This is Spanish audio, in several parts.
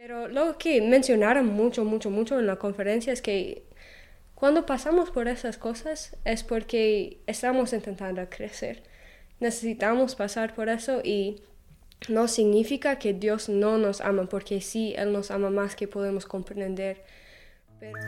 Pero lo que mencionaron mucho en la conferencia es que cuando pasamos por esas cosas es porque estamos intentando crecer. Necesitamos pasar por eso y no significa que Dios no nos ama, porque sí, Él nos ama más que podemos comprender. Pero...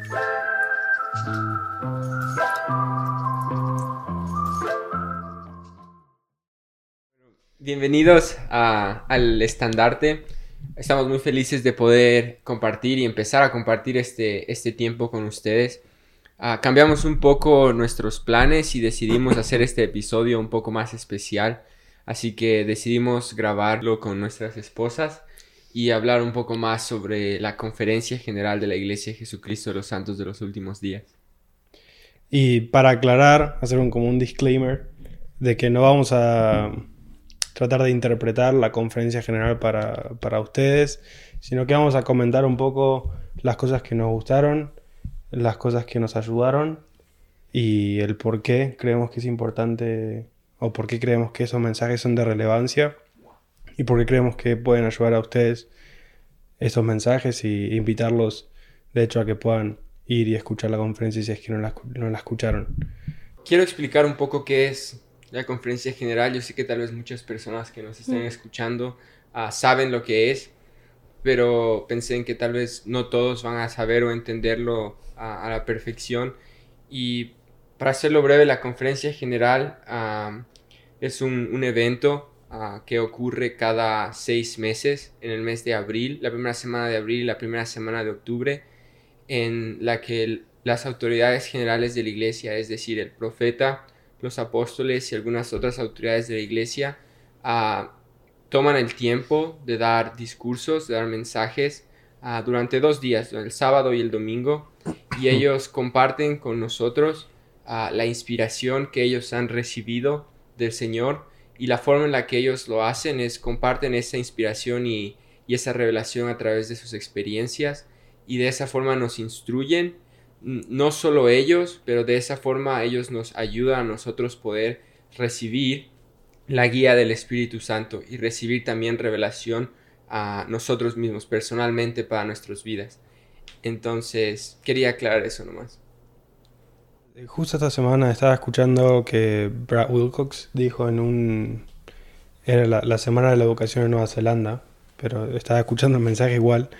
Bienvenidos al Estandarte. Estamos muy felices de poder compartir y empezar a compartir este tiempo con ustedes. Cambiamos un poco nuestros planes y decidimos hacer este episodio un poco más especial. Así que decidimos grabarlo con nuestras esposas y hablar un poco más sobre la conferencia general de la Iglesia de Jesucristo de los Santos de los Últimos Días. Y para aclarar, hacer como un disclaimer de que no vamos a tratar de interpretar la conferencia general para ustedes, sino que vamos a comentar un poco las cosas que nos gustaron, las cosas que nos ayudaron y el por qué creemos que es importante o por qué creemos que esos mensajes son de relevancia y por qué creemos que pueden ayudar a ustedes esos mensajes y invitarlos de hecho a que puedan ir y escuchar la conferencia si es que no la escucharon. Quiero explicar un poco qué es la conferencia general. Yo sé que tal vez muchas personas que nos estén escuchando saben lo que es, pero pensé en que tal vez no todos van a saber o entenderlo a la perfección. Y para hacerlo breve, la conferencia general es un evento que ocurre cada 6 meses, en el mes de abril, la primera semana de abril y la primera semana de octubre, en la que las autoridades generales de la iglesia, es decir, el profeta, los apóstoles y algunas otras autoridades de la iglesia, toman el tiempo de dar discursos, de dar mensajes durante 2 días, el sábado y el domingo, y ellos comparten con nosotros la inspiración que ellos han recibido del Señor, y la forma en la que ellos lo hacen es comparten esa inspiración y esa revelación a través de sus experiencias, y de esa forma nos instruyen, no solo ellos, pero de esa forma ellos nos ayudan a nosotros poder recibir la guía del Espíritu Santo y recibir también revelación a nosotros mismos personalmente para nuestras vidas. Entonces quería aclarar eso nomás. Justo esta semana estaba escuchando que Brad Wilcox dijo era la semana de la educación en Nueva Zelanda, pero estaba escuchando el mensaje igual.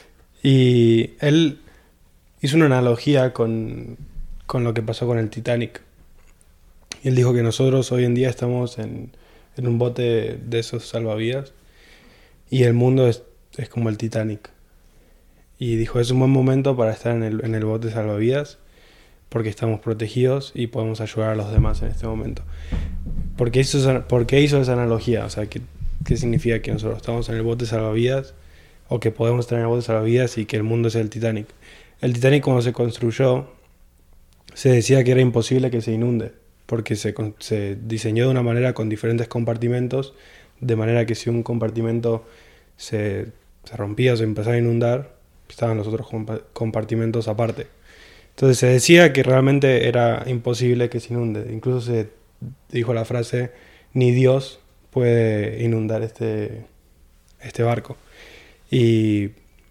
Y él hizo una analogía con lo que pasó con el Titanic. Y él dijo que nosotros hoy en día estamos en un bote de esos salvavidas y el mundo es como el Titanic. Y dijo, es un buen momento para estar en el bote salvavidas porque estamos protegidos y podemos ayudar a los demás en este momento. ¿Por qué hizo esa analogía? O sea, ¿qué significa que nosotros estamos en el bote salvavidas o que podemos estar en el bote salvavidas y que el mundo es el Titanic? El Titanic, cuando se construyó, se decía que era imposible que se inunde porque se diseñó de una manera con diferentes compartimentos, de manera que si un compartimento se rompía o se empezaba a inundar, estaban los otros compartimentos aparte. Entonces se decía que realmente era imposible que se inunde. Incluso se dijo la frase, ni Dios puede inundar este barco. Y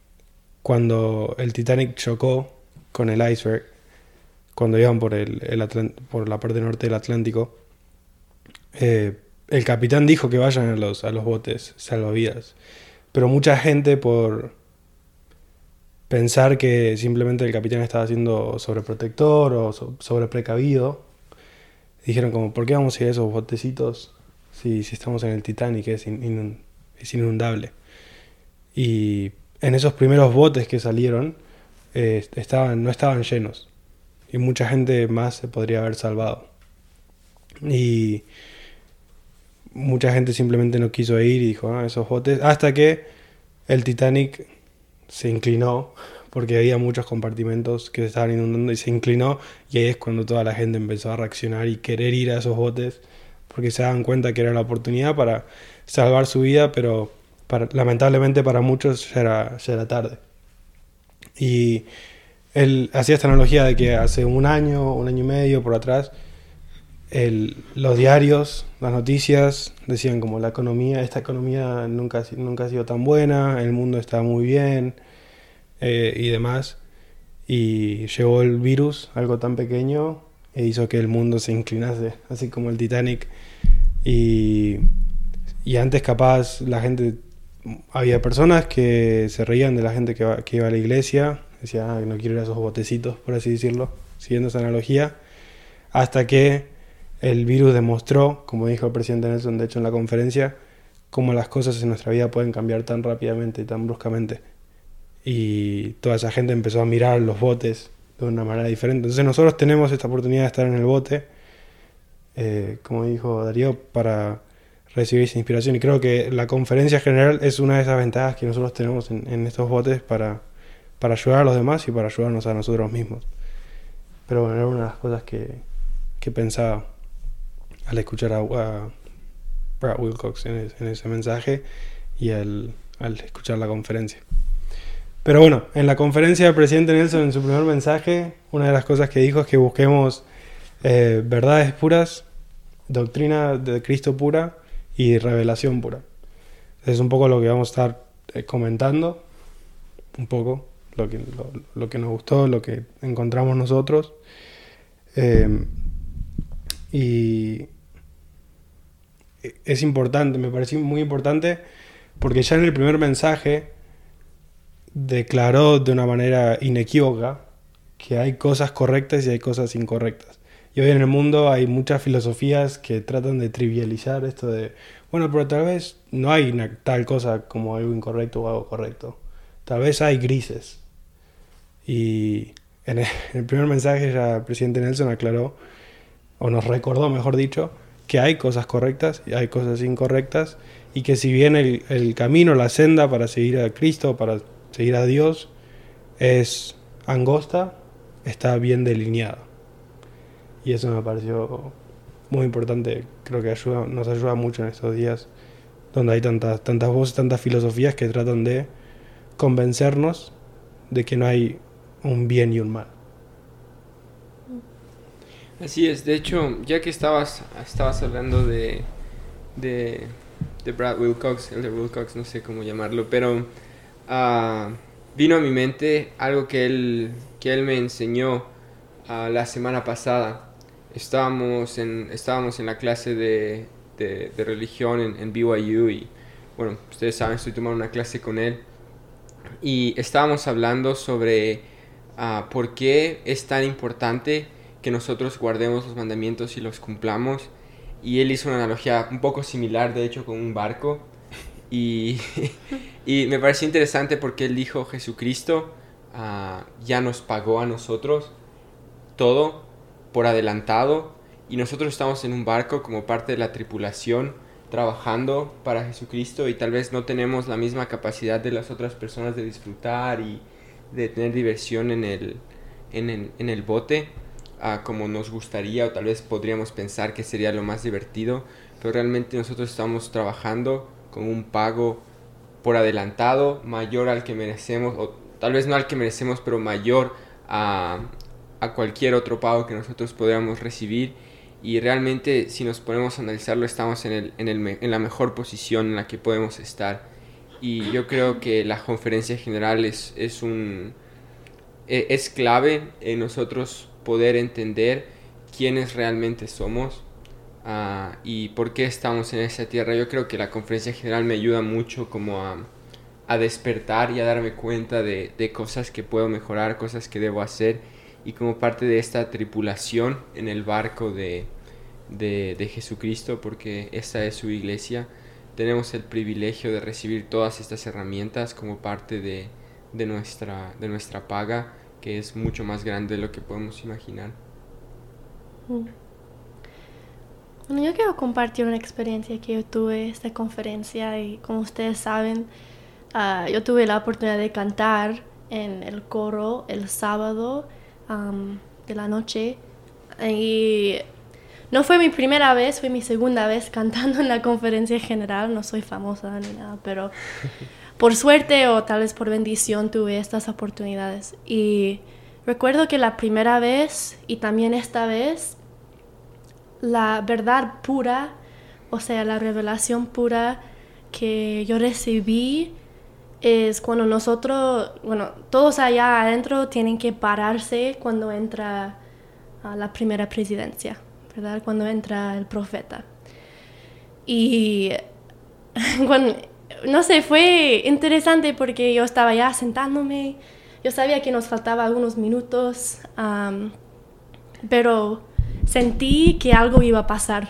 cuando el Titanic chocó con el iceberg, cuando iban por la parte norte del Atlántico, el capitán dijo que vayan a los botes salvavidas. Pero mucha gente, por pensar que simplemente el capitán estaba siendo sobreprotector o sobreprecavido, dijeron como, ¿por qué vamos a ir a esos botecitos si estamos en el Titanic, que es inundable? Y en esos primeros botes que salieron no estaban llenos y mucha gente más se podría haber salvado. Y mucha gente simplemente no quiso ir y dijo, esos botes, hasta que el Titanic se inclinó porque había muchos compartimentos que se estaban inundando y se inclinó, y ahí es cuando toda la gente empezó a reaccionar y querer ir a esos botes porque se daban cuenta que era la oportunidad para salvar su vida, pero lamentablemente para muchos ya era tarde. Y él hacía esta analogía de que hace un año y medio por atrás, los diarios, las noticias decían como esta economía nunca ha sido tan buena, el mundo está muy bien y demás. Y llegó el virus, algo tan pequeño, e hizo que el mundo se inclinase, así como el Titanic. Y antes capaz había personas que se reían de la gente que iba a la iglesia, decían, no quiero ir a esos botecitos, por así decirlo, siguiendo esa analogía, hasta que el virus demostró, como dijo el presidente Nelson, de hecho en la conferencia, cómo las cosas en nuestra vida pueden cambiar tan rápidamente y tan bruscamente. Y toda esa gente empezó a mirar los botes de una manera diferente. Entonces nosotros tenemos esta oportunidad de estar en el bote, como dijo Darío, para recibir esa inspiración. Y creo que la conferencia general es una de esas ventajas que nosotros tenemos en estos botes para ayudar a los demás y para ayudarnos a nosotros mismos. Pero bueno, era una de las cosas que pensaba al escuchar a Brad Wilcox en ese mensaje y al escuchar la conferencia. Pero bueno, en la conferencia del presidente Nelson, en su primer mensaje, una de las cosas que dijo es que busquemos verdades puras, doctrina de Cristo pura y revelación pura. Es un poco lo que vamos a estar comentando, un poco lo que nos gustó, lo que encontramos nosotros. Y es importante, me pareció muy importante, porque ya en el primer mensaje declaró de una manera inequívoca que hay cosas correctas y hay cosas incorrectas. Y hoy en el mundo hay muchas filosofías que tratan de trivializar esto de, bueno, pero tal vez no hay tal cosa como algo incorrecto o algo correcto. Tal vez hay grises. Y en el primer mensaje ya el presidente Nelson aclaró, o nos recordó, mejor dicho, que hay cosas correctas y hay cosas incorrectas, y que si bien el camino, la senda para seguir a Cristo, para seguir a Dios, es angosta, está bien delineada. Y eso me pareció muy importante. Creo que nos ayuda mucho en estos días donde hay tantas voces, tantas filosofías que tratan de convencernos de que no hay un bien y un mal. Así es. De hecho, ya que estabas hablando de Brad Wilcox, el de Wilcox, no sé cómo llamarlo, pero vino a mi mente algo que él me enseñó la semana pasada. Estábamos en la clase de religión en BYU y, bueno, ustedes saben, estoy tomando una clase con él y estábamos hablando sobre por qué es tan importante que nosotros guardemos los mandamientos y los cumplamos. Y él hizo una analogía un poco similar, de hecho, con un barco. Y me pareció interesante porque él dijo, Jesucristo ya nos pagó a nosotros todo por adelantado. Y nosotros estamos en un barco como parte de la tripulación, trabajando para Jesucristo. Y tal vez no tenemos la misma capacidad de las otras personas de disfrutar y de tener diversión en el bote, como nos gustaría, o tal vez podríamos pensar que sería lo más divertido, pero realmente nosotros estamos trabajando con un pago por adelantado mayor al que merecemos, o tal vez no al que merecemos, pero mayor a cualquier otro pago que nosotros podamos recibir. Y realmente, si nos ponemos a analizarlo, estamos en la mejor posición en la que podemos estar. Y yo creo que la conferencia general es clave en nosotros poder entender quiénes realmente somos y por qué estamos en esa tierra. Yo creo que la conferencia general me ayuda mucho como a despertar y a darme cuenta de cosas que puedo mejorar, cosas que debo hacer, y como parte de esta tripulación en el barco de Jesucristo, porque esta es su iglesia, tenemos el privilegio de recibir todas estas herramientas como parte de nuestra paga, que es mucho más grande de lo que podemos imaginar. Bueno, yo quiero compartir una experiencia que yo tuve esta conferencia, y como ustedes saben, yo tuve la oportunidad de cantar en el coro el sábado de la noche, y no fue mi primera vez, fue mi segunda vez cantando en la conferencia general. No soy famosa ni nada, pero por suerte o tal vez por bendición tuve estas oportunidades. Y recuerdo que la primera vez y también esta vez, la verdad pura, o sea, la revelación pura que yo recibí es cuando nosotros, bueno, todos allá adentro tienen que pararse cuando entra la primera presidencia, ¿verdad? Cuando entra el profeta. Y cuando, no sé, fue interesante porque yo estaba ya sentándome, yo sabía que nos faltaba algunos minutos, pero sentí que algo iba a pasar.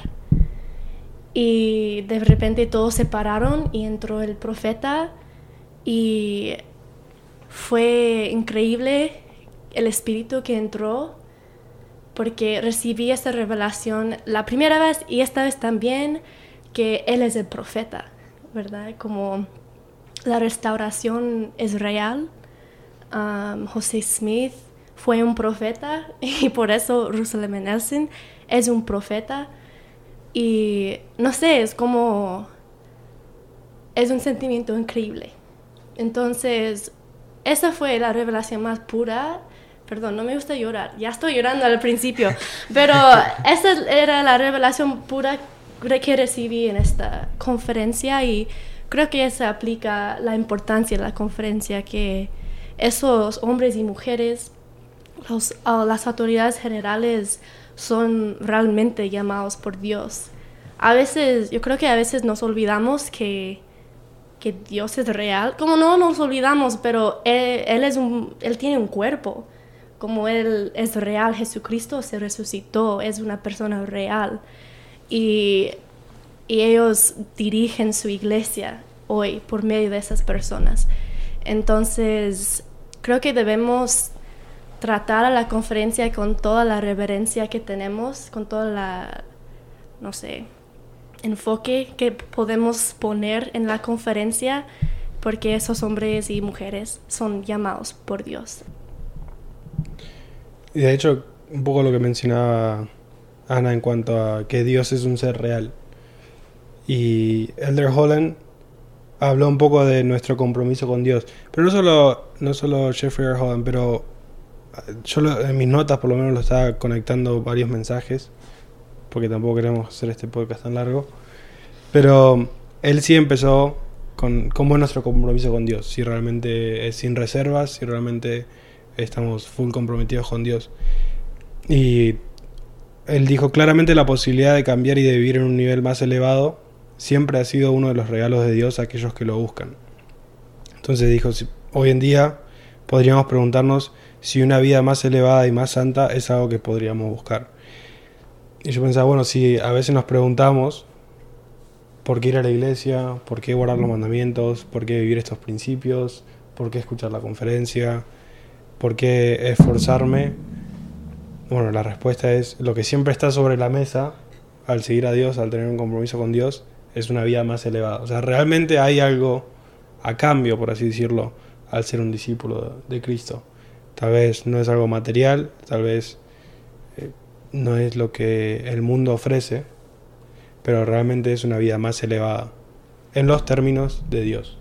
Y de repente todos se pararon y entró el profeta y fue increíble el espíritu que entró porque recibí esta revelación la primera vez y esta vez también que él es el profeta, ¿verdad? Como la restauración es real. José Smith fue un profeta y por eso Russell M. Nelson es un profeta. Y no sé, es como... es un sentimiento increíble. Entonces, esa fue la revelación más pura. Perdón, no me gusta llorar. Ya estoy llorando al principio. Pero esa era la revelación pura que recibí en esta conferencia y creo que eso aplica la importancia de la conferencia, que esos hombres y mujeres, las autoridades generales son realmente llamados por Dios. A veces, yo creo que a veces nos olvidamos que Dios es real. Como no nos olvidamos, pero Él tiene un cuerpo. Como Él es real, Jesucristo se resucitó, es una persona real. Y ellos dirigen su iglesia hoy por medio de esas personas. Entonces, creo que debemos tratar a la conferencia con toda la reverencia que tenemos, con toda la, no sé, enfoque que podemos poner en la conferencia, porque esos hombres y mujeres son llamados por Dios. Y de hecho, un poco lo que mencionaba Ana en cuanto a que Dios es un ser real. Y Elder Holland habló un poco de nuestro compromiso con Dios. Pero no solo Jeffrey R. Holland, pero yo en mis notas por lo menos lo estaba conectando varios mensajes, porque tampoco queremos hacer este podcast tan largo. Pero él sí empezó con cómo es nuestro compromiso con Dios. Si realmente es sin reservas, si realmente estamos full comprometidos con Dios. Y él dijo claramente la posibilidad de cambiar y de vivir en un nivel más elevado siempre ha sido uno de los regalos de Dios a aquellos que lo buscan. Entonces dijo, hoy en día podríamos preguntarnos si una vida más elevada y más santa es algo que podríamos buscar. Y yo pensaba, bueno, si a veces nos preguntamos por qué ir a la iglesia, por qué guardar los mandamientos, por qué vivir estos principios, por qué escuchar la conferencia, por qué esforzarme, bueno, la respuesta es lo que siempre está sobre la mesa al seguir a Dios, al tener un compromiso con Dios, es una vida más elevada. O sea, realmente hay algo a cambio, por así decirlo, al ser un discípulo de Cristo. Tal vez no es algo material, tal vez no es lo que el mundo ofrece, pero realmente es una vida más elevada en los términos de Dios.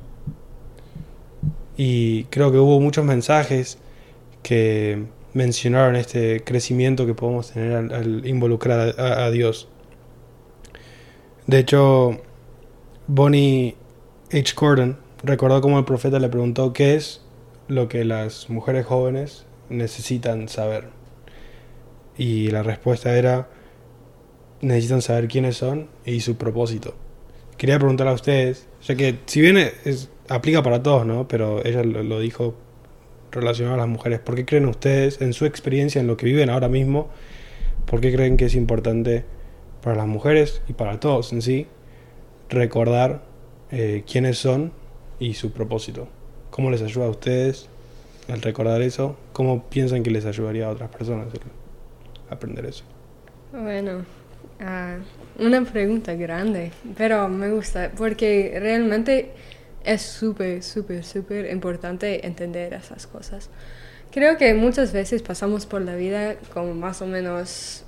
Y creo que hubo muchos mensajes que mencionaron este crecimiento que podemos tener al involucrar a Dios. De hecho, Bonnie H. Cordon recordó cómo el profeta le preguntó qué es lo que las mujeres jóvenes necesitan saber. Y la respuesta era, necesitan saber quiénes son y su propósito. Quería preguntar a ustedes, ya que si bien aplica para todos, ¿no? Pero ella lo dijo relacionado a las mujeres. ¿Por qué creen ustedes, en su experiencia, en lo que viven ahora mismo, por qué creen que es importante para las mujeres y para todos en sí recordar quiénes son y su propósito? ¿Cómo les ayuda a ustedes el recordar eso? ¿Cómo piensan que les ayudaría a otras personas a aprender eso? Bueno, una pregunta grande, pero me gusta porque realmente es súper, súper, súper importante entender esas cosas. Creo que muchas veces pasamos por la vida como más o menos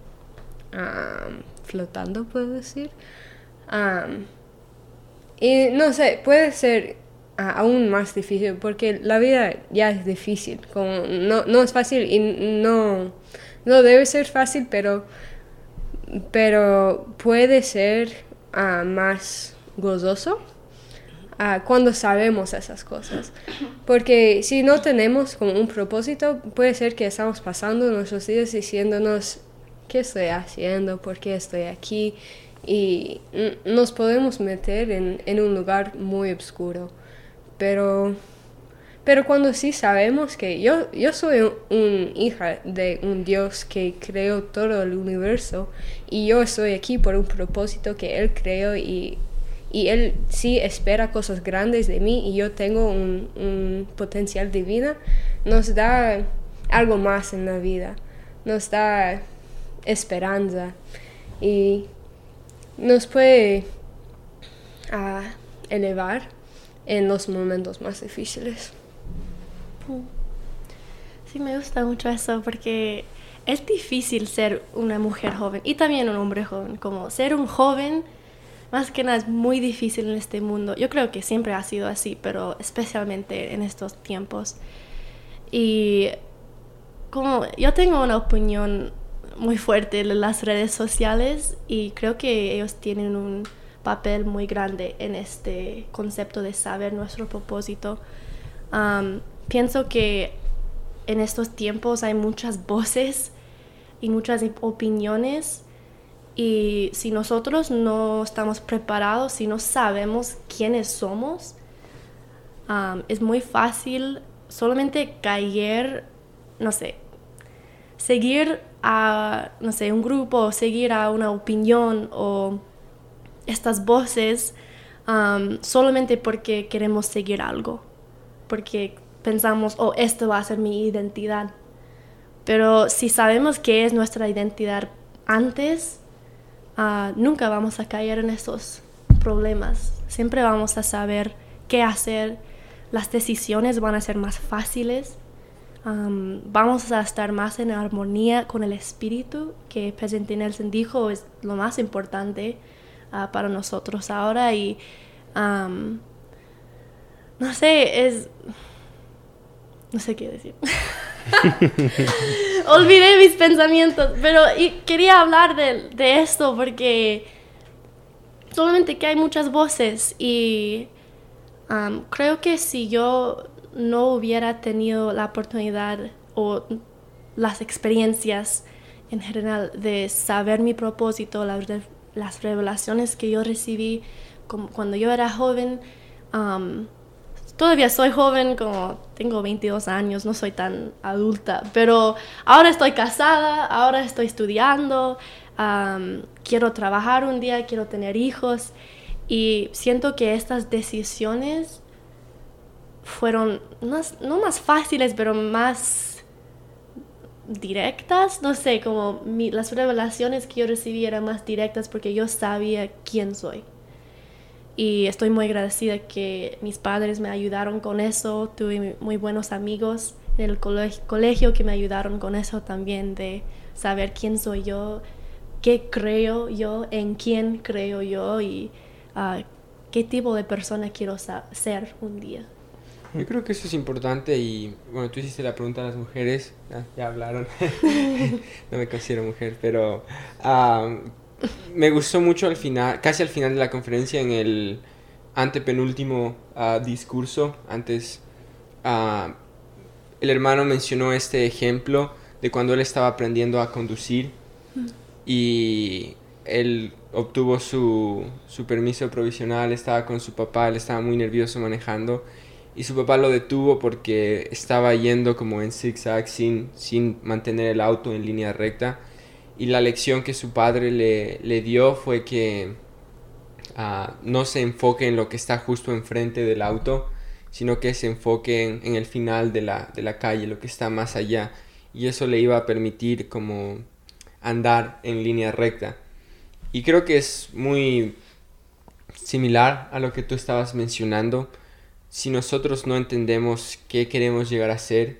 flotando, puedo decir. Y no sé, puede ser aún más difícil porque la vida ya es difícil. Como no es fácil y no debe ser fácil, pero pero puede ser más gozoso cuando sabemos esas cosas. Porque si no tenemos como un propósito, puede ser que estamos pasando nuestros días diciéndonos, ¿qué estoy haciendo? ¿Por qué estoy aquí? Y nos podemos meter en un lugar muy oscuro. Pero cuando sí sabemos que yo soy un hija de un Dios que creó todo el universo y yo estoy aquí por un propósito que Él creó y Él sí espera cosas grandes de mí y yo tengo un potencial divino, nos da algo más en la vida, nos da esperanza y nos puede elevar en los momentos más difíciles. Sí, me gusta mucho eso porque es difícil ser una mujer joven y también un hombre joven. Como ser un joven, más que nada, es muy difícil en este mundo. Yo creo que siempre ha sido así, pero especialmente en estos tiempos. Y como yo tengo una opinión muy fuerte de las redes sociales y creo que ellos tienen un papel muy grande en este concepto de saber nuestro propósito. Pienso que en estos tiempos hay muchas voces y muchas opiniones y si nosotros no estamos preparados, si no sabemos quiénes somos, es muy fácil solamente caer, no sé, seguir a, no sé, un grupo, seguir a una opinión o estas voces solamente porque queremos seguir algo, porque pensamos, esto va a ser mi identidad. Pero si sabemos qué es nuestra identidad antes, nunca vamos a caer en esos problemas. Siempre vamos a saber qué hacer. Las decisiones van a ser más fáciles. Vamos a estar más en armonía con el espíritu, que Presidente Nelson dijo es lo más importante para nosotros ahora. Y no sé, no sé qué decir. Olvidé mis pensamientos, pero quería hablar de esto porque solamente que hay muchas voces y creo que si yo no hubiera tenido la oportunidad o las experiencias en general de saber mi propósito, las revelaciones que yo recibí cuando yo era joven, todavía soy joven, como tengo 22 años, no soy tan adulta, pero ahora estoy casada, ahora estoy estudiando, quiero trabajar un día, quiero tener hijos y siento que estas decisiones fueron no más fáciles, pero más directas, no sé, como las revelaciones que yo recibí eran más directas porque yo sabía quién soy. Y estoy muy agradecida que mis padres me ayudaron con eso. Tuve muy buenos amigos en el colegio que me ayudaron con eso también, de saber quién soy yo, qué creo yo, en quién creo yo y qué tipo de persona quiero ser un día. Yo creo que eso es importante y, bueno, tú hiciste la pregunta a las mujeres, ya hablaron, no me considero mujer, pero me gustó mucho al final, casi al final de la conferencia, en el antepenúltimo discurso, antes el hermano mencionó este ejemplo de cuando él estaba aprendiendo a conducir y él obtuvo su permiso provisional, estaba con su papá, él estaba muy nervioso manejando y su papá lo detuvo porque estaba yendo como en zigzag sin mantener el auto en línea recta. Y la lección que su padre le dio fue que no se enfoque en lo que está justo enfrente del auto, sino que se enfoque en el final de la calle, lo que está más allá. Y eso le iba a permitir como andar en línea recta. Y creo que es muy similar a lo que tú estabas mencionando. Si nosotros no entendemos qué queremos llegar a ser,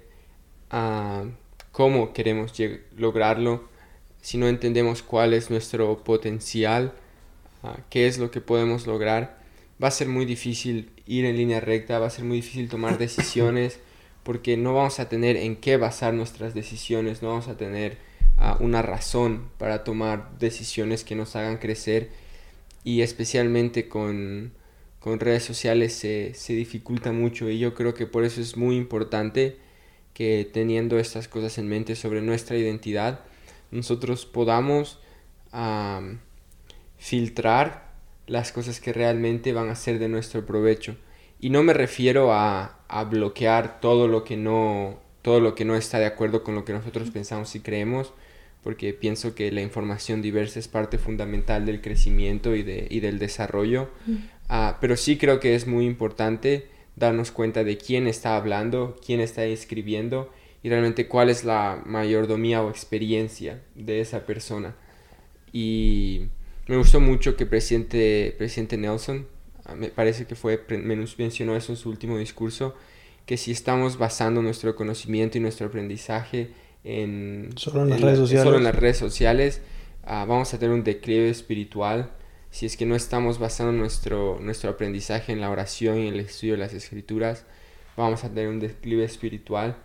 cómo queremos lograrlo, si no entendemos cuál es nuestro potencial, qué es lo que podemos lograr, va a ser muy difícil ir en línea recta, va a ser muy difícil tomar decisiones, porque no vamos a tener en qué basar nuestras decisiones, no vamos a tener una razón para tomar decisiones que nos hagan crecer, y especialmente con redes sociales se dificulta mucho, y yo creo que por eso es muy importante que, teniendo estas cosas en mente sobre nuestra identidad, nosotros podamos filtrar las cosas que realmente van a ser de nuestro provecho. Y no me refiero a bloquear todo lo que no está de acuerdo con lo que nosotros pensamos y creemos, porque pienso que la información diversa es parte fundamental del crecimiento y del desarrollo. Pero sí creo que es muy importante darnos cuenta de quién está hablando, quién está escribiendo, y realmente cuál es la mayordomía o experiencia de esa persona. Y me gustó mucho que presidente Nelson, me parece que mencionó eso en su último discurso, que si estamos basando nuestro conocimiento y nuestro aprendizaje solo en las redes sociales, vamos a tener un declive espiritual. Si es que no estamos basando nuestro aprendizaje en la oración y en el estudio de las Escrituras, vamos a tener un declive espiritual.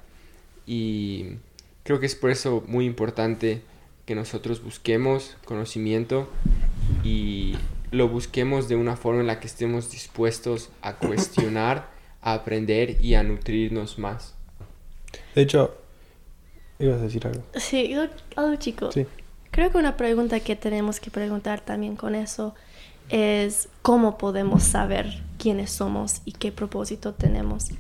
Y creo que es por eso muy importante que nosotros busquemos conocimiento, y lo busquemos de una forma en la que estemos dispuestos a cuestionar, a aprender y a nutrirnos más. De hecho, ibas a decir algo. Sí, algo chico. Sí. Creo que una pregunta que tenemos que preguntar también con eso es cómo podemos saber quiénes somos y qué propósito tenemos.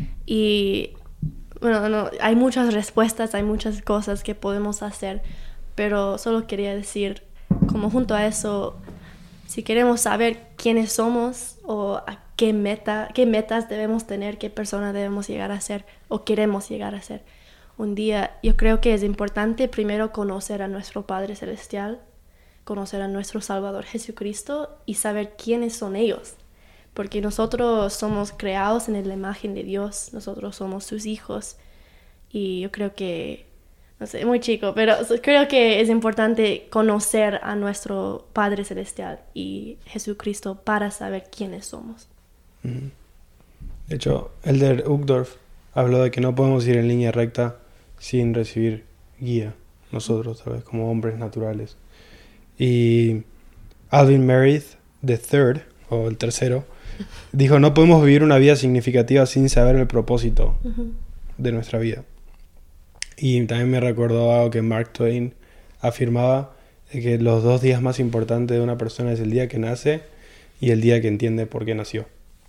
Y bueno, no, hay muchas respuestas, hay muchas cosas que podemos hacer, pero solo quería decir, como junto a eso, si queremos saber quiénes somos o a qué metas debemos tener, qué persona debemos llegar a ser o queremos llegar a ser un día, yo creo que es importante primero conocer a nuestro Padre Celestial, conocer a nuestro Salvador Jesucristo y saber quiénes son ellos. Porque nosotros somos creados en la imagen de Dios, nosotros somos sus hijos. Y yo creo que, no sé, muy chico, pero creo que es importante conocer a nuestro Padre Celestial y Jesucristo para saber quiénes somos. De hecho, Elder Uchtdorf habló de que no podemos ir en línea recta sin recibir guía, nosotros, tal vez, como hombres naturales. Y Alvin Meredith III, o el tercero, dijo, no podemos vivir una vida significativa sin saber el propósito de nuestra vida. Y también me recordó algo que Mark Twain afirmaba, de que los 2 días más importantes de una persona es el día que nace y el día que entiende por qué nació.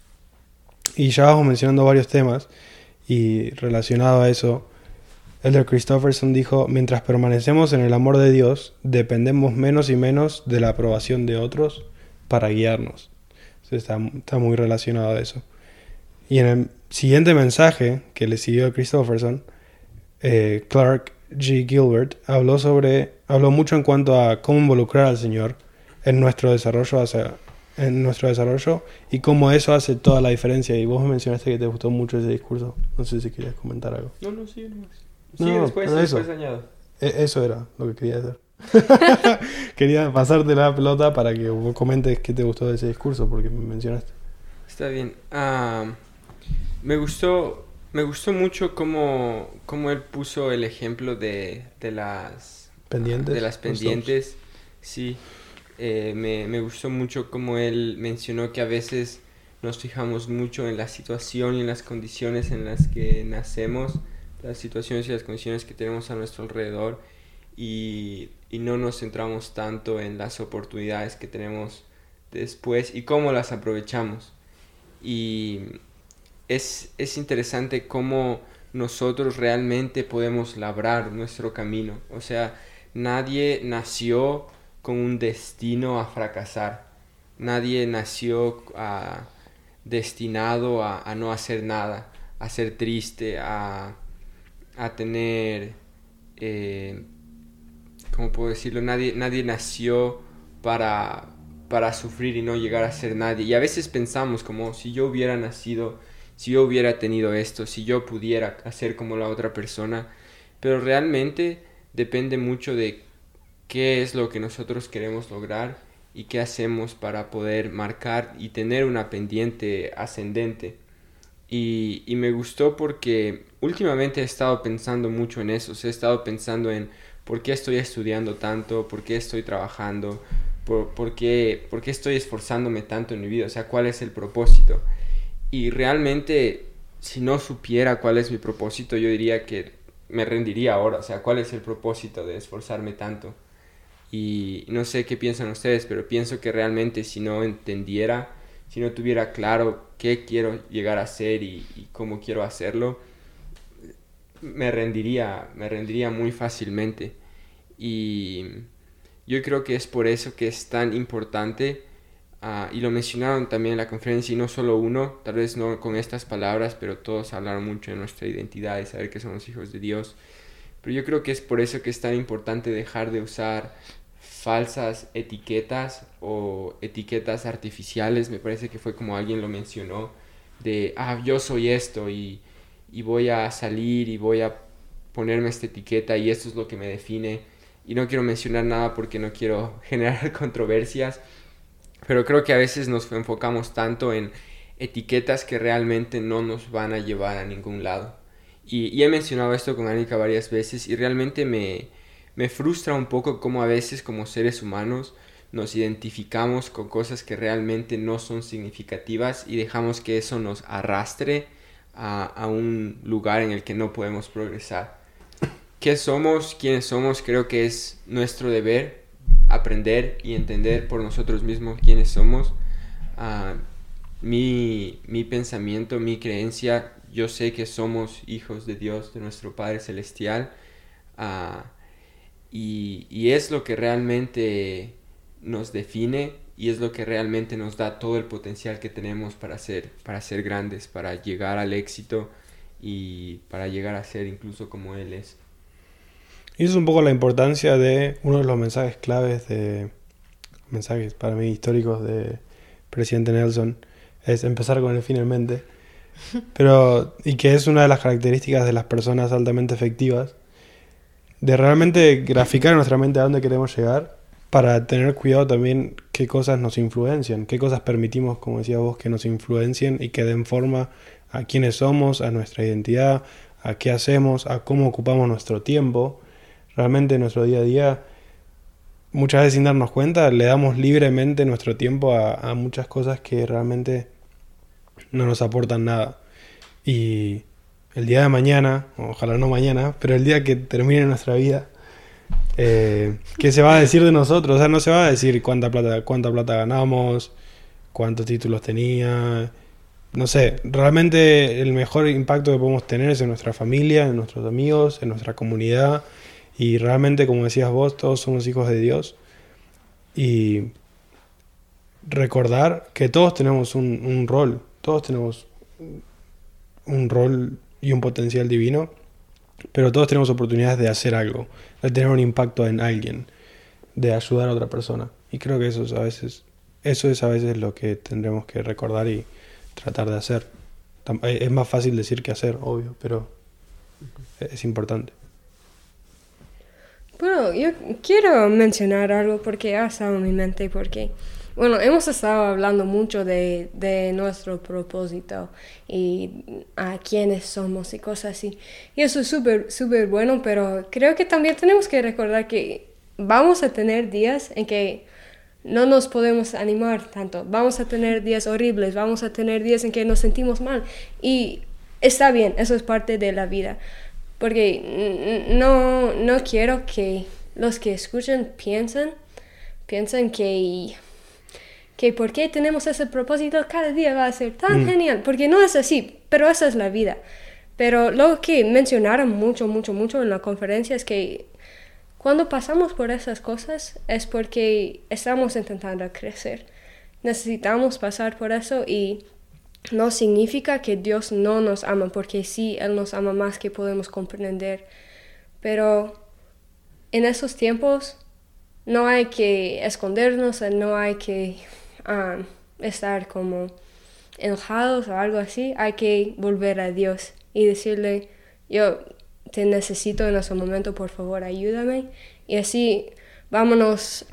Y ya vamos mencionando varios temas, y relacionado a eso, Elder Christofferson dijo, mientras permanecemos en el amor de Dios, dependemos menos y menos de la aprobación de otros para guiarnos. Está muy relacionado a eso. Y en el siguiente mensaje que le siguió a Christofferson, Clark G. Gilbert habló mucho en cuanto a cómo involucrar al Señor en nuestro desarrollo y cómo eso hace toda la diferencia. Y vos mencionaste que te gustó mucho ese discurso. No sé si querías comentar algo. No, sí, no. Sí, no, después añado. Eso era lo que quería hacer. Quería pasarte la pelota para que vos comentes qué te gustó de ese discurso, porque me mencionaste. Está bien. Me gustó mucho cómo él puso el ejemplo de las pendientes. De las pendientes. Sí. Me gustó mucho cómo él mencionó que a veces nos fijamos mucho en la situación y en las condiciones en las que nacemos, las situaciones y las condiciones que tenemos a nuestro alrededor, y no nos centramos tanto en las oportunidades que tenemos después y cómo las aprovechamos. Y es interesante cómo nosotros realmente podemos labrar nuestro camino. O sea, nadie nació con un destino a fracasar. Nadie nació destinado a no hacer nada, a ser triste, a tener... ¿cómo puedo decirlo? Nadie nació para sufrir y no llegar a ser nadie. Y a veces pensamos como, si yo hubiera nacido, si yo hubiera tenido esto, si yo pudiera hacer como la otra persona. Pero realmente depende mucho de qué es lo que nosotros queremos lograr y qué hacemos para poder marcar y tener una pendiente ascendente. Y me gustó porque últimamente he estado pensando mucho en eso. He estado pensando en ¿por qué estoy estudiando tanto? ¿Por qué estoy trabajando? ¿Por qué estoy esforzándome tanto en mi vida? O sea, ¿cuál es el propósito? Y realmente, si no supiera cuál es mi propósito, yo diría que me rendiría ahora. O sea, ¿cuál es el propósito de esforzarme tanto? Y no sé qué piensan ustedes, pero pienso que realmente si no entendiera, si no tuviera claro qué quiero llegar a hacer y cómo quiero hacerlo, me rendiría muy fácilmente. Y yo creo que es por eso que es tan importante, y lo mencionaron también en la conferencia, y no solo uno, tal vez no con estas palabras, pero todos hablaron mucho de nuestra identidad, de saber que somos hijos de Dios. Pero yo creo que es por eso que es tan importante dejar de usar falsas etiquetas o etiquetas artificiales. Me parece que fue como alguien lo mencionó, de, yo soy esto y voy a salir y voy a ponerme esta etiqueta y esto es lo que me define. Y no quiero mencionar nada porque no quiero generar controversias, pero creo que a veces nos enfocamos tanto en etiquetas que realmente no nos van a llevar a ningún lado. Y he mencionado esto con Anika varias veces y realmente me frustra un poco cómo a veces como seres humanos nos identificamos con cosas que realmente no son significativas y dejamos que eso nos arrastre a un lugar en el que no podemos progresar. ¿Qué somos? ¿Quiénes somos? Creo que es nuestro deber aprender y entender por nosotros mismos quiénes somos. Mi pensamiento, mi creencia, yo sé que somos hijos de Dios, de nuestro Padre Celestial, y es lo que realmente nos define y es lo que realmente nos da todo el potencial que tenemos para ser grandes, para llegar al éxito y para llegar a ser incluso como Él es. Y eso es un poco la importancia de uno de los mensajes claves mensajes para mí históricos de presidente Nelson, es empezar con el fin en mente. Y que es una de las características de las personas altamente efectivas, de realmente graficar en nuestra mente a dónde queremos llegar, para tener cuidado también qué cosas nos influencian, qué cosas permitimos, como decías vos, que nos influencien y que den forma a quiénes somos, a nuestra identidad, a qué hacemos, a cómo ocupamos nuestro tiempo. Realmente en nuestro día a día, muchas veces sin darnos cuenta, le damos libremente nuestro tiempo a muchas cosas que realmente no nos aportan nada. Y el día de mañana, ojalá no mañana, pero el día que termine nuestra vida, ¿qué se va a decir de nosotros? O sea, no se va a decir cuánta plata ganamos, cuántos títulos tenía. No sé, realmente el mejor impacto que podemos tener es en nuestra familia, en nuestros amigos, en nuestra comunidad. Y realmente, como decías vos, todos somos hijos de Dios. Y recordar que todos tenemos un rol, todos tenemos un rol y un potencial divino, pero todos tenemos oportunidades de hacer algo, de tener un impacto en alguien, de ayudar a otra persona. Y creo que eso es a veces lo que tendremos que recordar y tratar de hacer. Es más fácil decir que hacer, obvio, pero es importante. Bueno, yo quiero mencionar algo porque ha estado en mi mente, porque, bueno, hemos estado hablando mucho de nuestro propósito y a quiénes somos y cosas así. Y eso es súper bueno, pero creo que también tenemos que recordar que vamos a tener días en que no nos podemos animar tanto. Vamos a tener días horribles, vamos a tener días en que nos sentimos mal. Y está bien, eso es parte de la vida. Porque no quiero que los que escuchen piensen que por qué tenemos ese propósito cada día va a ser tan genial. Porque no es así, pero esa es la vida. Pero lo que mencionaron mucho en la conferencia es que cuando pasamos por esas cosas es porque estamos intentando crecer. Necesitamos pasar por eso y no significa que Dios no nos ama, porque sí, Él nos ama más que podemos comprender. Pero en esos tiempos no hay que escondernos, no hay que estar como enojados o algo así. Hay que volver a Dios y decirle, yo te necesito en ese momento, por favor, ayúdame. Y así vámonos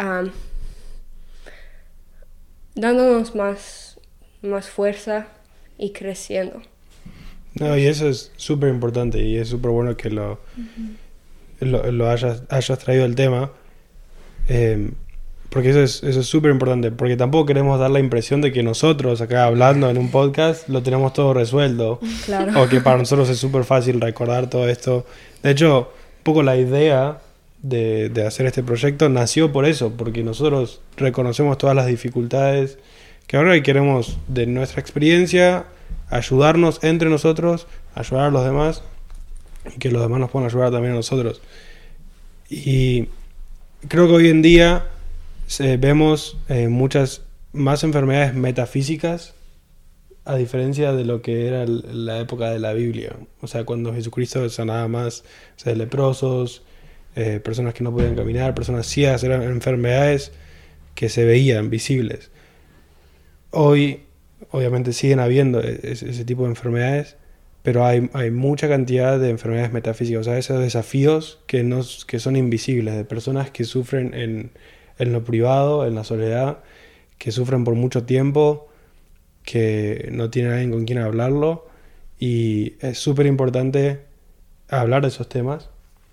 dándonos más fuerza y creciendo. No, y eso es súper importante y es súper bueno que lo hayas traído el tema, porque eso es súper importante, porque tampoco queremos dar la impresión de que nosotros acá hablando en un podcast lo tenemos todo resuelto, Claro. o que para nosotros es súper fácil recordar todo esto. De hecho, un poco la idea de hacer este proyecto nació por eso, porque nosotros reconocemos todas las dificultades que ahora y queremos de nuestra experiencia ayudarnos entre nosotros, ayudar a los demás y que los demás nos puedan ayudar también a nosotros. Y creo que hoy en día vemos muchas más enfermedades metafísicas a diferencia de lo que era la época de la Biblia. O sea, cuando Jesucristo sanaba más, o sea, leprosos, personas que no podían caminar, personas ciegas, eran enfermedades que se veían, visibles. Hoy, obviamente, siguen habiendo ese tipo de enfermedades, pero hay mucha cantidad de enfermedades metafísicas, o sea, esos desafíos que son invisibles, de personas que sufren en lo privado, en la soledad, que sufren por mucho tiempo, que no tienen alguien con quien hablarlo, y es súper importante hablar de esos temas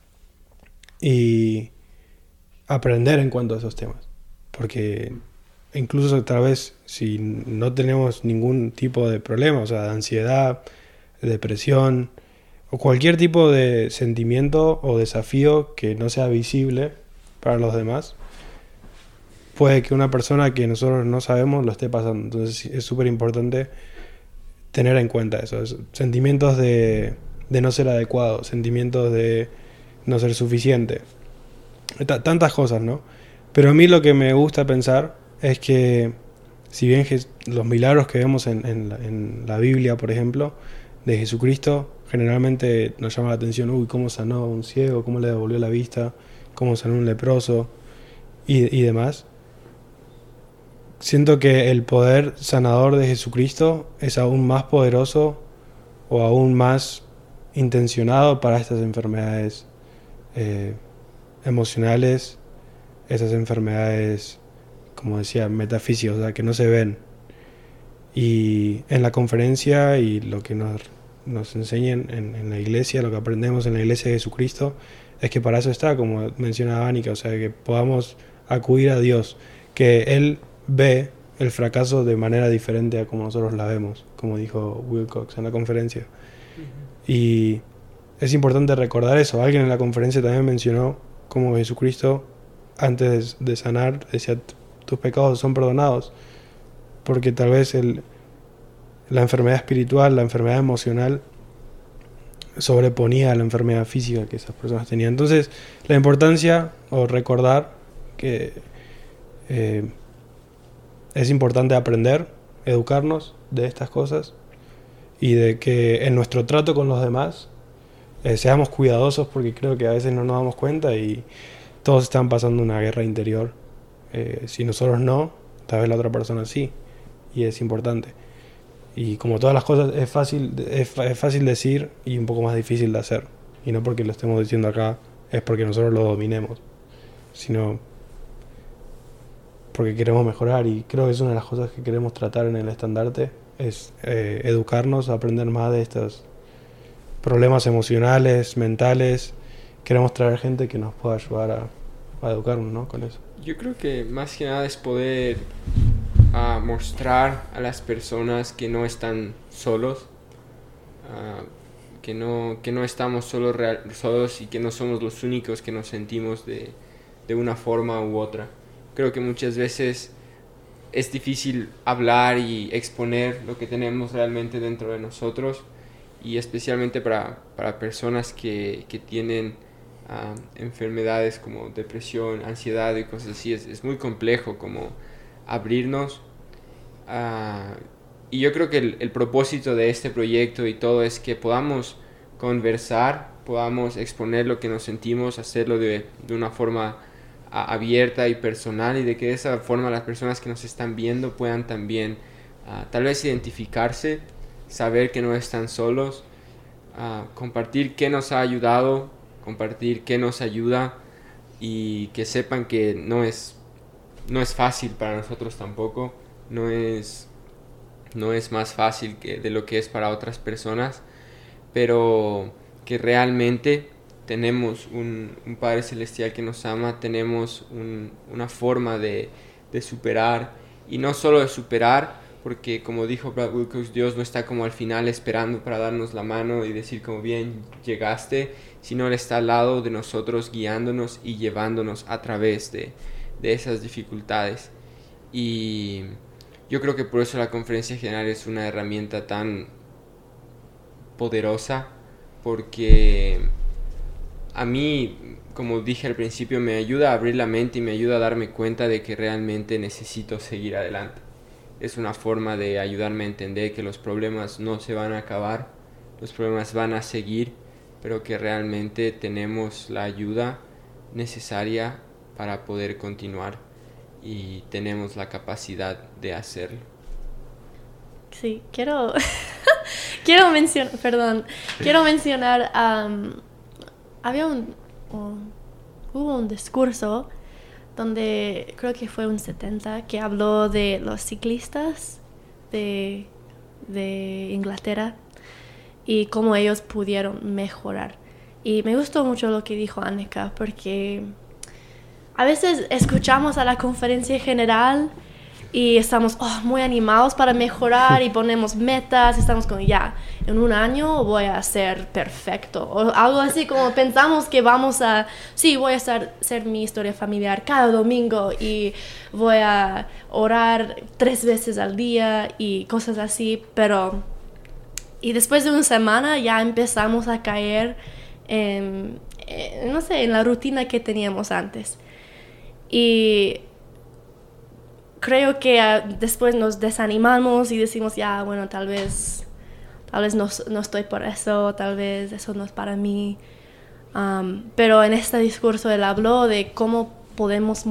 y aprender en cuanto a esos temas, porque incluso tal vez si no tenemos ningún tipo de problema, o sea, de ansiedad, depresión o cualquier tipo de sentimiento o desafío que no sea visible para los demás, puede que una persona que nosotros no sabemos lo esté pasando. Entonces es súper importante tener en cuenta eso, sentimientos de no ser adecuado, sentimientos de no ser suficiente, tantas cosas, ¿no? Pero a mí lo que me gusta pensar es que si bien los milagros que vemos en la Biblia, por ejemplo, de Jesucristo, generalmente nos llama la atención, cómo sanó a un ciego, cómo le devolvió la vista, cómo sanó a un leproso y demás. Siento que el poder sanador de Jesucristo es aún más poderoso o aún más intencionado para estas enfermedades emocionales, esas enfermedades, como decía, metafísicas, o sea, que no se ven. Y en la conferencia y lo que nos enseñan en la iglesia, lo que aprendemos en la iglesia de Jesucristo, es que para eso está, como mencionaba Anika, o sea, que podamos acudir a Dios, que Él ve el fracaso de manera diferente a como nosotros la vemos, como dijo Wilcox en la conferencia. Uh-huh. Y es importante recordar eso. Alguien en la conferencia también mencionó cómo Jesucristo, antes de sanar, decía, tus pecados son perdonados, porque tal vez la enfermedad espiritual, la enfermedad emocional sobreponía a la enfermedad física que esas personas tenían. Entonces, la importancia, o recordar que es importante aprender, educarnos de estas cosas y de que en nuestro trato con los demás seamos cuidadosos, porque creo que a veces no nos damos cuenta y todos están pasando una guerra interior. Si nosotros no, tal vez la otra persona sí, y es importante. Y como todas las cosas, es fácil decir y un poco más difícil de hacer. Y no porque lo estemos diciendo acá, es porque nosotros lo dominemos, sino porque queremos mejorar. Y creo que es una de las cosas que queremos tratar en el estandarte, es educarnos, aprender más de estos problemas emocionales, mentales. Queremos traer gente que nos pueda ayudar a educarnos, ¿no? Con eso. Yo creo que más que nada es poder mostrar a las personas que no están solos, que no estamos solos y que no somos los únicos que nos sentimos de una forma u otra. Creo que muchas veces es difícil hablar y exponer lo que tenemos realmente dentro de nosotros, y especialmente para personas que tienen enfermedades como depresión, ansiedad y cosas así. Es muy complejo como abrirnos, y yo creo que el propósito de este proyecto y todo es que podamos conversar, podamos exponer lo que nos sentimos, hacerlo de una forma abierta y personal, y de que de esa forma las personas que nos están viendo puedan también tal vez identificarse, saber que no están solos, compartir qué nos ha ayudado, compartir qué nos ayuda, y que sepan que no es fácil para nosotros tampoco, no es más fácil de lo que es para otras personas, pero que realmente tenemos un Padre Celestial que nos ama, tenemos una forma de superar, y no solo de superar, porque como dijo Brad Wilcox, Dios no está como al final esperando para darnos la mano y decir como bien, llegaste, sino Él está al lado de nosotros guiándonos y llevándonos a través de esas dificultades. Y yo creo que por eso la conferencia general es una herramienta tan poderosa, porque a mí, como dije al principio, me ayuda a abrir la mente y me ayuda a darme cuenta de que realmente necesito seguir adelante. Es una forma de ayudarme a entender que los problemas no se van a acabar, los problemas van a seguir, pero que realmente tenemos la ayuda necesaria para poder continuar y tenemos la capacidad de hacerlo. Sí, quiero mencionar, hubo un discurso donde creo que fue un 70 que habló de los ciclistas de Inglaterra y cómo ellos pudieron mejorar. Y me gustó mucho lo que dijo Annika, porque a veces escuchamos a la conferencia general y estamos muy animados para mejorar y ponemos metas, estamos como ya, en un año voy a ser perfecto o algo así, como pensamos que voy a hacer mi historia familiar cada domingo y voy a orar 3 veces al día y cosas así, y después de una semana ya empezamos a caer en la rutina que teníamos antes. Y creo que después nos desanimamos y decimos, ya, bueno, tal vez no estoy por eso, tal vez eso no es para mí. Pero en este discurso él habló de cómo podemos,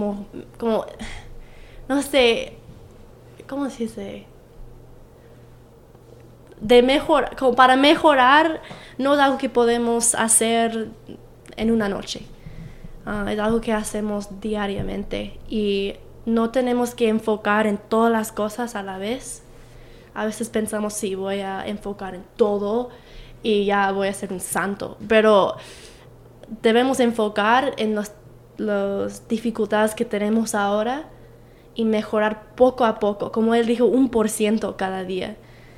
no sé, ¿cómo se dice? Como para mejorar, no es algo que podemos hacer en una noche. Es algo que hacemos diariamente y no tenemos que enfocar en todas las cosas a la vez. A veces pensamos, sí, voy a enfocar en todo y ya voy a ser un santo. Pero debemos enfocar en las dificultades que tenemos ahora y mejorar poco a poco. Como él dijo, 1% cada día.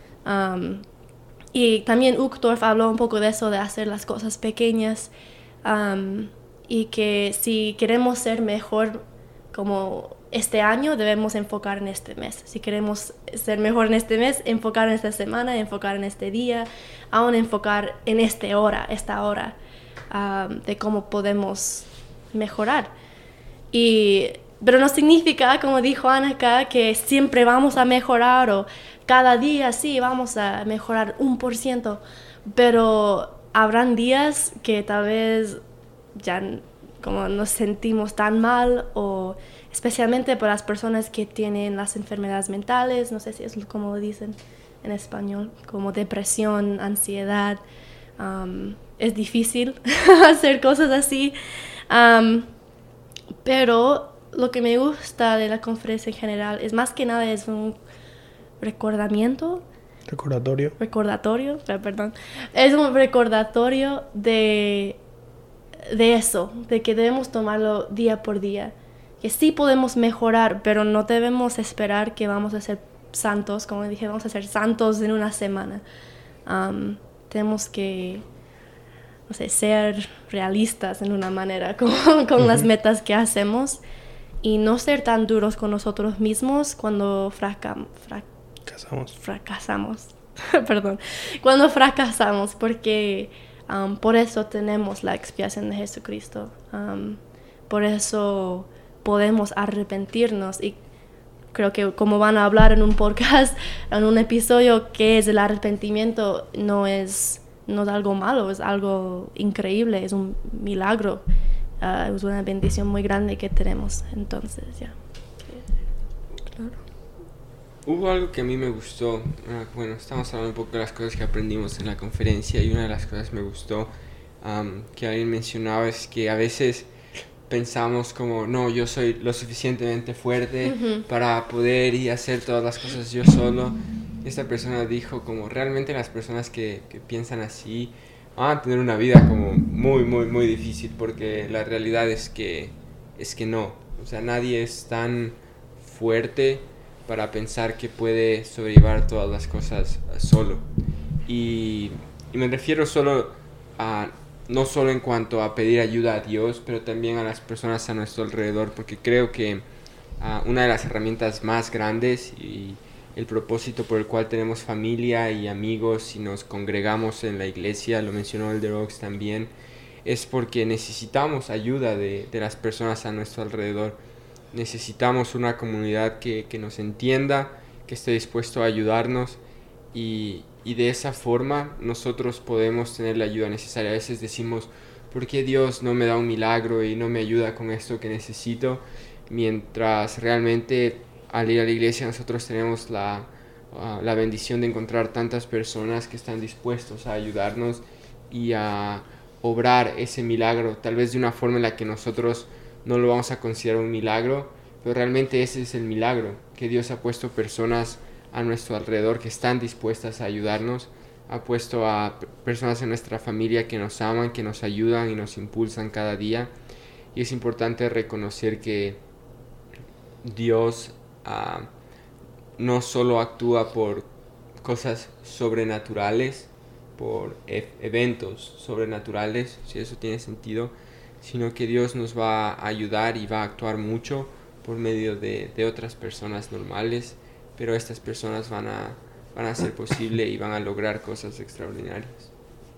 Y también Uchtdorf habló un poco de eso, de hacer las cosas pequeñas. Y que si queremos ser mejor como este año, debemos enfocar en este mes. Si queremos ser mejor en este mes, enfocar en esta semana, enfocar en este día, aún enfocar en esta hora, de cómo podemos mejorar. Pero no significa, como dijo Annika, que siempre vamos a mejorar o cada día sí vamos a mejorar 1%, pero habrán días que tal vez ya como nos sentimos tan mal, o especialmente por las personas que tienen las enfermedades mentales, no sé si es como dicen en español, como depresión, ansiedad. Es difícil hacer cosas así, pero lo que me gusta de la conferencia en general es más que nada es un recordatorio, es un recordatorio de eso, de que debemos tomarlo día por día, que sí podemos mejorar, pero no debemos esperar que vamos a ser santos, como dije, vamos a ser santos en una semana. Tenemos que, no sé, ser realistas en una manera con las metas que hacemos y no ser tan duros con nosotros mismos cuando fracasamos. Perdón, cuando fracasamos, porque por eso tenemos la expiación de Jesucristo. Por eso podemos arrepentirnos, y creo que como van a hablar en un podcast, en un episodio, que es el arrepentimiento, no es algo malo, es algo increíble, es un milagro, es una bendición muy grande que tenemos. Entonces, ya. Claro. Hubo algo que a mí me gustó, bueno, estamos hablando un poco de las cosas que aprendimos en la conferencia, y una de las cosas que me gustó que alguien mencionaba es que a veces pensamos como, no, yo soy lo suficientemente fuerte para poder y hacer todas las cosas yo solo. Esta persona dijo como, realmente las personas que piensan así van a tener una vida como muy, muy, muy difícil, porque la realidad es que no. O sea, nadie es tan fuerte para pensar que puede sobrellevar todas las cosas solo. Y me refiero no solo en cuanto a pedir ayuda a Dios, pero también a las personas a nuestro alrededor, porque creo que una de las herramientas más grandes y el propósito por el cual tenemos familia y amigos y nos congregamos en la iglesia, lo mencionó Elder Oaks también, es porque necesitamos ayuda de las personas a nuestro alrededor. Necesitamos una comunidad que nos entienda, que esté dispuesto a ayudarnos, y de esa forma nosotros podemos tener la ayuda necesaria. A veces decimos, ¿por qué Dios no me da un milagro y no me ayuda con esto que necesito? Mientras realmente al ir a la iglesia nosotros tenemos la bendición de encontrar tantas personas que están dispuestos a ayudarnos y a obrar ese milagro, tal vez de una forma en la que nosotros no lo vamos a considerar un milagro, pero realmente ese es el milagro, que Dios ha puesto personas a nuestro alrededor que están dispuestas a ayudarnos, ha puesto a personas en nuestra familia que nos aman, que nos ayudan y nos impulsan cada día. Y es importante reconocer que Dios no solo actúa por cosas sobrenaturales, por eventos sobrenaturales, si eso tiene sentido, sino que Dios nos va a ayudar y va a actuar mucho por medio de otras personas normales, pero estas personas van a hacer posible y van a lograr cosas extraordinarias.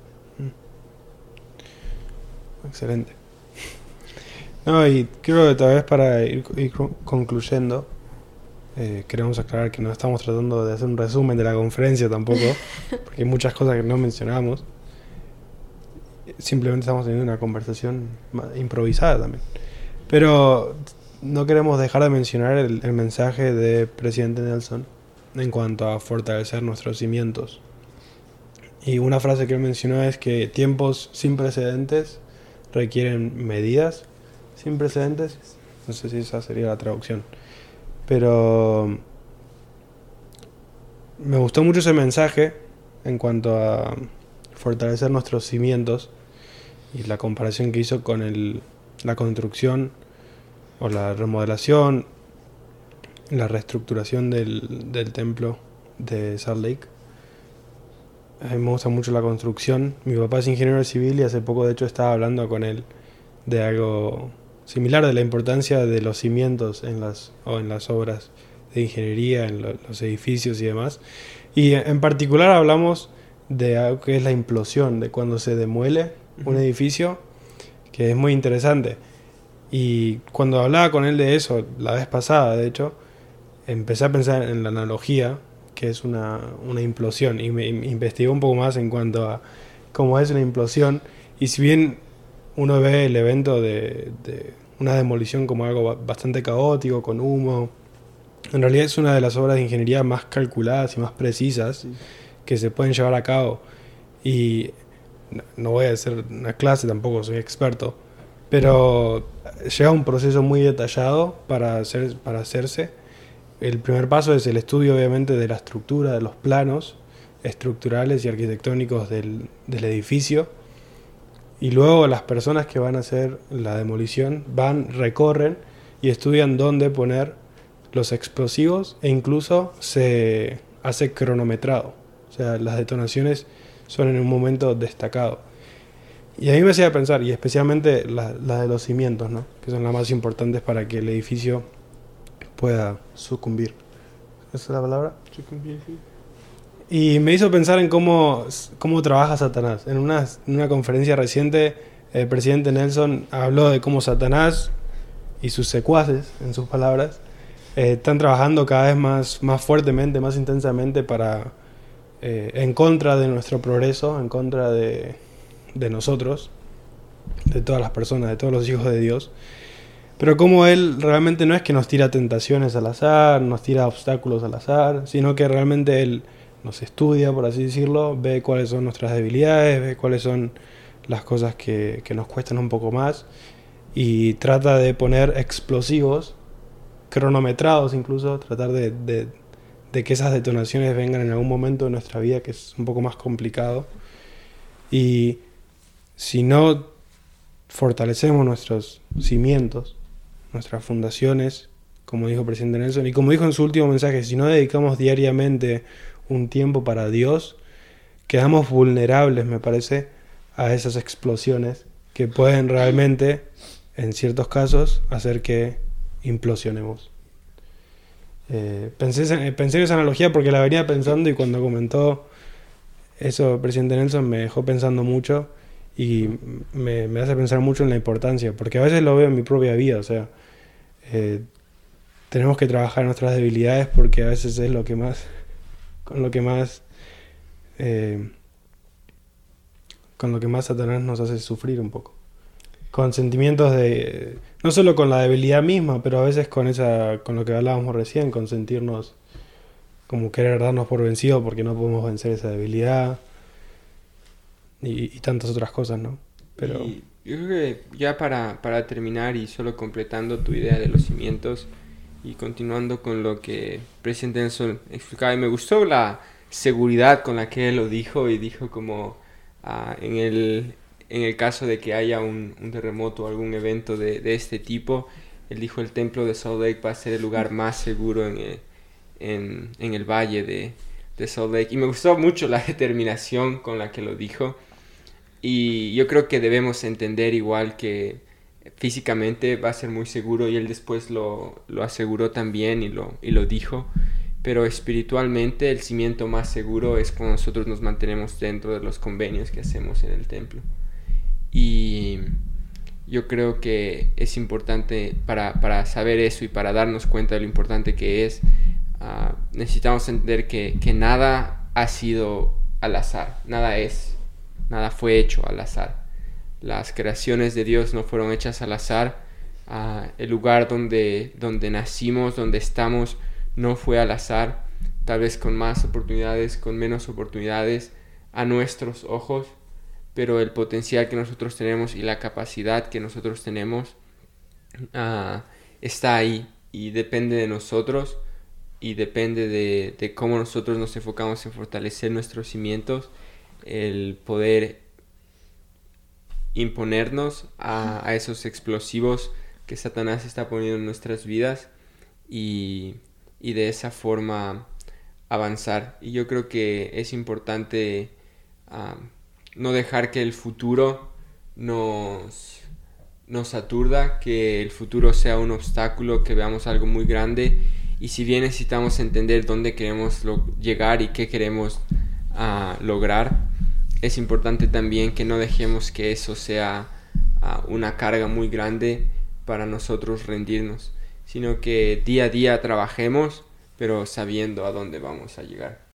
Excelente. No, y creo que tal vez para ir concluyendo, queremos aclarar que no estamos tratando de hacer un resumen de la conferencia tampoco, porque hay muchas cosas que no mencionamos. Simplemente estamos teniendo una conversación improvisada también. Pero no queremos dejar de mencionar el mensaje de Presidente Nelson en cuanto a fortalecer nuestros cimientos. Y una frase que él mencionó es que tiempos sin precedentes requieren medidas sin precedentes. No sé si esa sería la traducción. Pero me gustó mucho ese mensaje en cuanto a fortalecer nuestros cimientos y la comparación que hizo con la construcción o la remodelación, la reestructuración del templo de Salt Lake. A mí me gusta mucho la construcción. Mi papá es ingeniero civil y hace poco de hecho estaba hablando con él de algo similar, de la importancia de los cimientos en las obras de ingeniería, en los edificios y demás. Y en particular hablamos de algo que es la implosión, de cuando se demuele un edificio, que es muy interesante. Y cuando hablaba con él de eso, la vez pasada de hecho, empecé a pensar en la analogía que es una implosión, y me investigué un poco más en cuanto a cómo es una implosión. Y si bien uno ve el evento de una demolición como algo bastante caótico, con humo, en realidad es una de las obras de ingeniería más calculadas y más precisas que se pueden llevar a cabo. Y no voy a hacer una clase, tampoco soy experto, pero lleva un proceso muy detallado para hacerse. El primer paso es el estudio, obviamente, de la estructura, de los planos estructurales y arquitectónicos del edificio. Y luego las personas que van a hacer la demolición recorren y estudian dónde poner los explosivos, e incluso se hace cronometrado. O sea, las detonaciones son en un momento destacado. Y a mí me hacía pensar, y especialmente la de los cimientos, ¿no? Que son las más importantes para que el edificio pueda sucumbir. ¿Esa es la palabra? Sucumbir, sí. Y me hizo pensar en cómo trabaja Satanás. En una conferencia reciente, el presidente Nelson habló de cómo Satanás y sus secuaces, en sus palabras, están trabajando cada vez más fuertemente, más intensamente en contra de nuestro progreso, en contra de nosotros, de todas las personas, de todos los hijos de Dios. Pero como él realmente no es que nos tira tentaciones al azar, nos tira obstáculos al azar, sino que realmente él nos estudia, por así decirlo, ve cuáles son nuestras debilidades, ve cuáles son las cosas que nos cuestan un poco más, y trata de poner explosivos, cronometrados incluso, tratar de que esas detonaciones vengan en algún momento de nuestra vida, que es un poco más complicado. Y si no fortalecemos nuestros cimientos, nuestras fundaciones, como dijo el presidente Nelson, y como dijo en su último mensaje, si no dedicamos diariamente un tiempo para Dios, quedamos vulnerables, me parece, a esas explosiones que pueden realmente, en ciertos casos, hacer que implosionemos. Pensé en esa analogía porque la venía pensando, y cuando comentó eso el presidente Nelson me dejó pensando mucho, y me hace pensar mucho en la importancia, porque a veces lo veo en mi propia vida, o sea, tenemos que trabajar en nuestras debilidades, porque a veces es lo que más, con lo que más Satanás nos hace sufrir un poco. Con sentimientos de, no solo con la debilidad misma, pero a veces con lo que hablábamos recién, con sentirnos como querer darnos por vencidos porque no podemos vencer esa debilidad, y tantas otras cosas, ¿no? Pero Y yo creo que ya para terminar y solo completando tu idea de los cimientos y continuando con lo que el presidente Nelson explicaba, y me gustó la seguridad con la que él lo dijo, y dijo como en el caso de que haya un terremoto o algún evento de este tipo, él dijo el templo de Salt Lake va a ser el lugar más seguro en el valle de Salt Lake. Y me gustó mucho la determinación con la que lo dijo. Y yo creo que debemos entender igual que físicamente va a ser muy seguro, y él después lo aseguró también y lo dijo. Pero espiritualmente el cimiento más seguro es cuando nosotros nos mantenemos dentro de los convenios que hacemos en el templo. Y yo creo que es importante para saber eso y para darnos cuenta de lo importante que es, necesitamos entender que nada ha sido al azar, nada fue hecho al azar. Las creaciones de Dios no fueron hechas al azar. El lugar donde nacimos, donde estamos, no fue al azar. Tal vez con más oportunidades, con menos oportunidades a nuestros ojos, pero el potencial que nosotros tenemos y la capacidad que nosotros tenemos está ahí, y depende de nosotros, y depende de cómo nosotros nos enfocamos en fortalecer nuestros cimientos, el poder imponernos a esos explosivos que Satanás está poniendo en nuestras vidas, y de esa forma avanzar. Y yo creo que es importante no dejar que el futuro nos aturda, que el futuro sea un obstáculo, que veamos algo muy grande. Y si bien necesitamos entender dónde queremos llegar y qué queremos lograr, es importante también que no dejemos que eso sea una carga muy grande para nosotros rendirnos, sino que día a día trabajemos, pero sabiendo a dónde vamos a llegar.